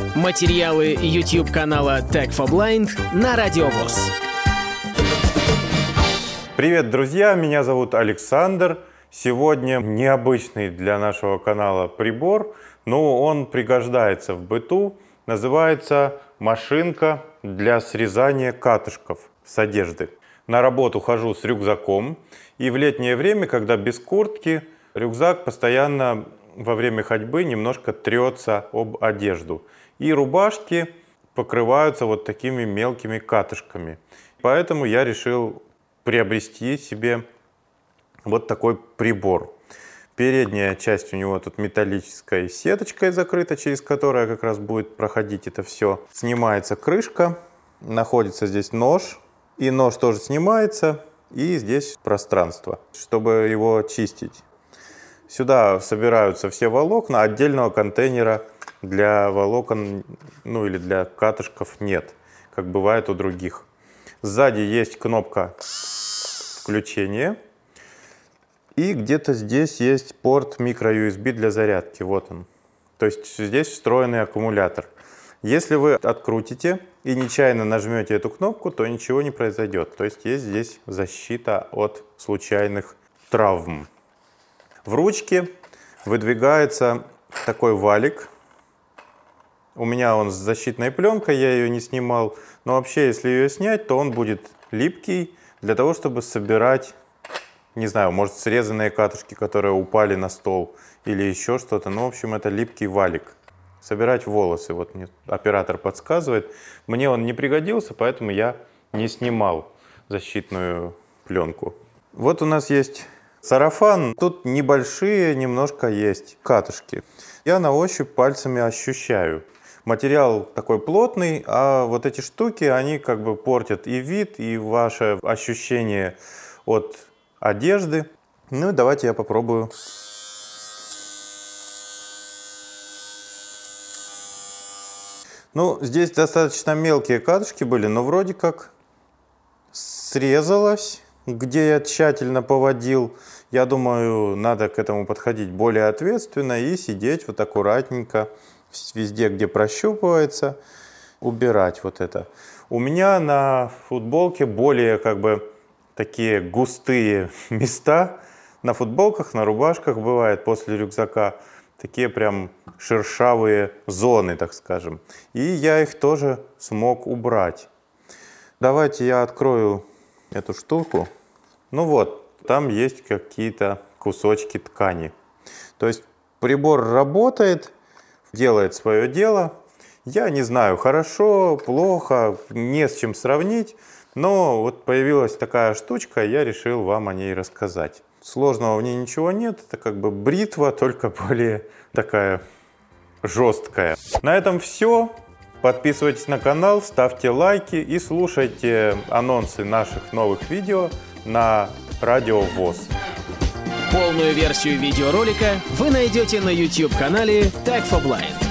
Материалы YouTube-канала Tech for Blind на Радио ВОС. Привет, друзья! Меня зовут Александр. Сегодня необычный для нашего канала прибор, но он пригождается в быту. Называется машинка для срезания катышков с одежды. На работу хожу с рюкзаком, и в летнее время, когда без куртки, рюкзак постоянно во время ходьбы немножко трется об одежду. И рубашки покрываются вот такими мелкими катышками. Поэтому я решил приобрести себе вот такой прибор. Передняя часть у него тут металлической сеточкой закрыта, через которую как раз будет проходить это все. Снимается крышка, находится здесь нож, и нож тоже снимается, и здесь пространство, чтобы его чистить. Сюда собираются все волокна, отдельного контейнера для волокон, или для катышков нет, как бывает у других. Сзади есть кнопка включения. И где-то здесь есть порт micro-USB для зарядки. Вот он. То есть здесь встроенный аккумулятор. Если вы открутите и нечаянно нажмете эту кнопку, то ничего не произойдет. То есть есть здесь защита от случайных травм. В ручке выдвигается такой валик. У меня он с защитной пленкой, я ее не снимал. Но вообще, если ее снять, то он будет липкий для того, чтобы собирать, не знаю, может, срезанные катышки, которые упали на стол или еще что-то. Ну, в общем, это липкий валик. Собирать волосы. Вот мне оператор подсказывает. Мне он не пригодился, поэтому я не снимал защитную пленку. Вот у нас есть сарафан. Тут небольшие немножко есть катышки. Я на ощупь пальцами ощущаю. Материал такой плотный, а вот эти штуки, они как бы портят и вид, и ваше ощущение от одежды. Ну и давайте я попробую. Здесь достаточно мелкие катышки были, но вроде как срезалось, где я тщательно поводил. Я думаю, надо к этому подходить более ответственно и сидеть вот аккуратненько везде, где прощупывается, убирать вот это. У меня на футболке более такие густые места. На футболках, на рубашках бывает после рюкзака такие прям шершавые зоны, так скажем. И я их тоже смог убрать. Давайте я открою эту штуку. Там есть какие-то кусочки ткани. То есть прибор работает, делает свое дело. Я не знаю, хорошо, плохо, не с чем сравнить. Но вот появилась такая штучка, я решил вам о ней рассказать. Сложного в ней ничего нет. Это как бы бритва, только более такая жесткая. На этом все. Подписывайтесь на канал, ставьте лайки и слушайте анонсы наших новых видео на Радио ВОС. Полную версию видеоролика вы найдете на YouTube-канале Tech for Blind.